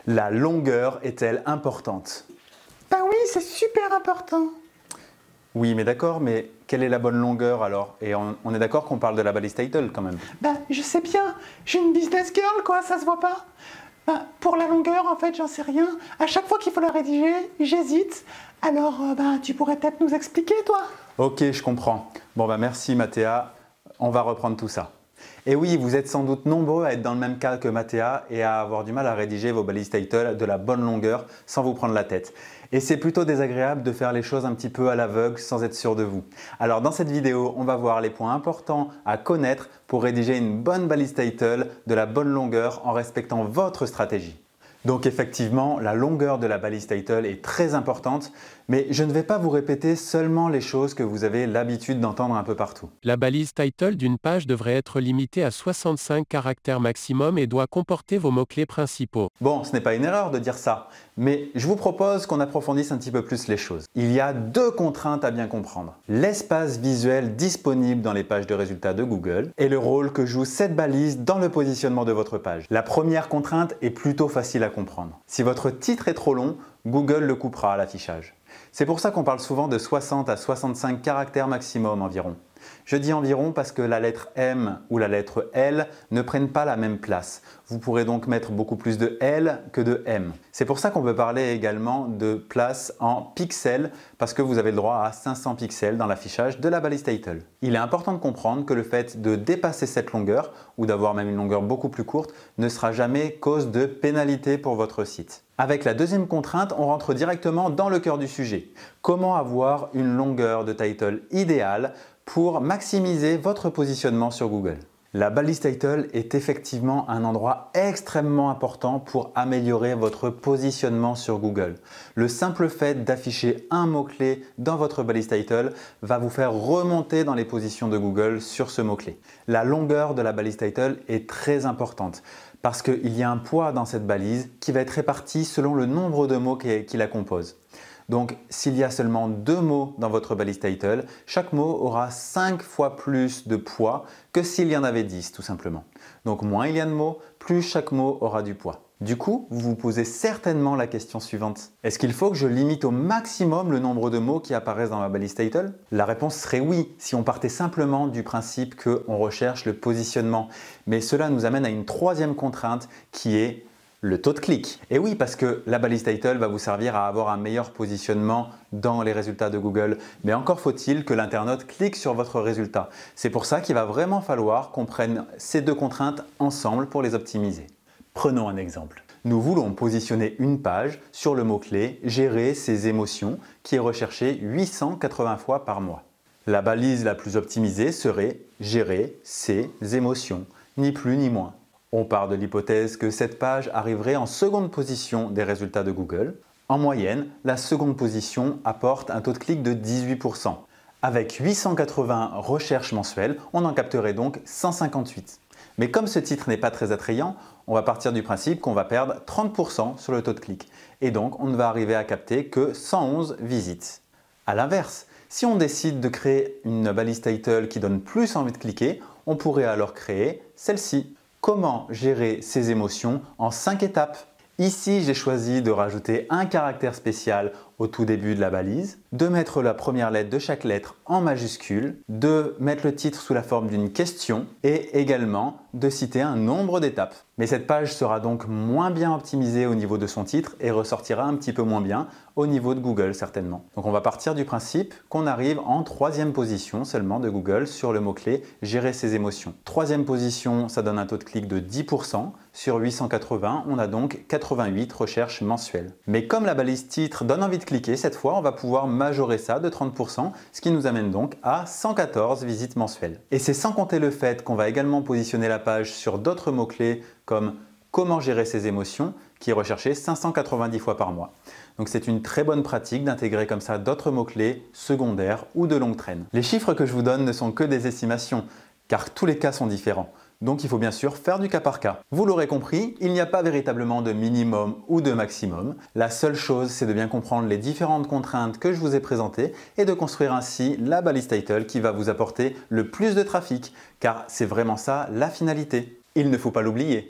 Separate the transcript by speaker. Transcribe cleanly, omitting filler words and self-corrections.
Speaker 1: La longueur est-elle importante?
Speaker 2: Ben oui, c'est super important.
Speaker 1: Oui, mais d'accord, mais quelle est la bonne longueur alors? Et on est d'accord qu'on parle de la balise title quand même.
Speaker 2: Ben, je sais bien, j'ai une business girl, quoi, ça se voit pas. Ben, pour la longueur, en fait, j'en sais rien. À chaque fois qu'il faut la rédiger, j'hésite. Alors, ben, tu pourrais peut-être nous expliquer, toi?
Speaker 1: Ok, je comprends. Bon, bah merci Mathéa, on va reprendre tout ça. Et oui, vous êtes sans doute nombreux à être dans le même cas que Mathéa et à avoir du mal à rédiger vos balises title de la bonne longueur sans vous prendre la tête. Et c'est plutôt désagréable de faire les choses un petit peu à l'aveugle sans être sûr de vous. Alors dans cette vidéo, on va voir les points importants à connaître pour rédiger une bonne balise title de la bonne longueur en respectant votre stratégie. Donc effectivement, la longueur de la balise title est très importante, mais je ne vais pas vous répéter seulement les choses que vous avez l'habitude d'entendre un peu partout.
Speaker 3: La balise title d'une page devrait être limitée à 65 caractères maximum et doit comporter vos mots-clés principaux.
Speaker 1: Bon, ce n'est pas une erreur de dire ça, mais je vous propose qu'on approfondisse un petit peu plus les choses. Il y a deux contraintes à bien comprendre. L'espace visuel disponible dans les pages de résultats de Google et le rôle que joue cette balise dans le positionnement de votre page. La première contrainte est plutôt facile à comprendre. Si votre titre est trop long, Google le coupera à l'affichage. C'est pour ça qu'on parle souvent de 60 à 65 caractères maximum environ. Je dis environ parce que la lettre M ou la lettre L ne prennent pas la même place. Vous pourrez donc mettre beaucoup plus de L que de M. C'est pour ça qu'on peut parler également de place en pixels parce que vous avez le droit à 500 pixels dans l'affichage de la balise title. Il est important de comprendre que le fait de dépasser cette longueur ou d'avoir même une longueur beaucoup plus courte ne sera jamais cause de pénalité pour votre site. Avec la deuxième contrainte, on rentre directement dans le cœur du sujet. Comment avoir une longueur de title idéale pour maximiser votre positionnement sur Google? La balise title est effectivement un endroit extrêmement important pour améliorer votre positionnement sur Google. Le simple fait d'afficher un mot-clé dans votre balise title va vous faire remonter dans les positions de Google sur ce mot-clé. La longueur de la balise title est très importante parce qu'il y a un poids dans cette balise qui va être réparti selon le nombre de mots qui la composent. Donc, s'il y a seulement 2 mots dans votre balise title, chaque mot aura 5 fois plus de poids que s'il y en avait 10 tout simplement. Donc, moins il y a de mots, plus chaque mot aura du poids. Du coup, vous vous posez certainement la question suivante. Est-ce qu'il faut que je limite au maximum le nombre de mots qui apparaissent dans ma balise title? La réponse serait oui, si on partait simplement du principe qu'on recherche le positionnement. Mais cela nous amène à une troisième contrainte qui est le taux de clic. Et oui, parce que la balise title va vous servir à avoir un meilleur positionnement dans les résultats de Google. Mais encore faut-il que l'internaute clique sur votre résultat. C'est pour ça qu'il va vraiment falloir qu'on prenne ces deux contraintes ensemble pour les optimiser. Prenons un exemple. Nous voulons positionner une page sur le mot-clé « Gérer ses émotions » qui est recherché 880 fois par mois. La balise la plus optimisée serait « Gérer ses émotions », ni plus ni moins. On part de l'hypothèse que cette page arriverait en seconde position des résultats de Google. En moyenne, la seconde position apporte un taux de clic de 18%. Avec 880 recherches mensuelles, on en capterait donc 158. Mais comme ce titre n'est pas très attrayant, on va partir du principe qu'on va perdre 30% sur le taux de clic. Et donc, on ne va arriver à capter que 111 visites. A l'inverse, si on décide de créer une balise title qui donne plus envie de cliquer, on pourrait alors créer celle-ci. Comment gérer ses émotions en 5 étapes? Ici, j'ai choisi de rajouter un caractère spécial au tout début de la balise, de mettre la première lettre de chaque lettre en majuscule, de mettre le titre sous la forme d'une question et également de citer un nombre d'étapes. Mais cette page sera donc moins bien optimisée au niveau de son titre et ressortira un petit peu moins bien au niveau de Google certainement. Donc on va partir du principe qu'on arrive en 3e position seulement de Google sur le mot-clé « Gérer ses émotions ». 3e position, ça donne un taux de clic de 10%. Sur 880, on a donc 88 recherches mensuelles. Mais comme la balise titre donne envie de cliquer, cette fois on va pouvoir majorer ça de 30%, ce qui nous amène donc à 114 visites mensuelles. Et c'est sans compter le fait qu'on va également positionner la page sur d'autres mots-clés comme « Comment gérer ses émotions » qui est recherché 590 fois par mois. Donc c'est une très bonne pratique d'intégrer comme ça d'autres mots-clés secondaires ou de longue traîne. Les chiffres que je vous donne ne sont que des estimations, car tous les cas sont différents. Donc il faut bien sûr faire du cas par cas. Vous l'aurez compris, il n'y a pas véritablement de minimum ou de maximum. La seule chose, c'est de bien comprendre les différentes contraintes que je vous ai présentées et de construire ainsi la balise title qui va vous apporter le plus de trafic, car c'est vraiment ça la finalité. Il ne faut pas l'oublier.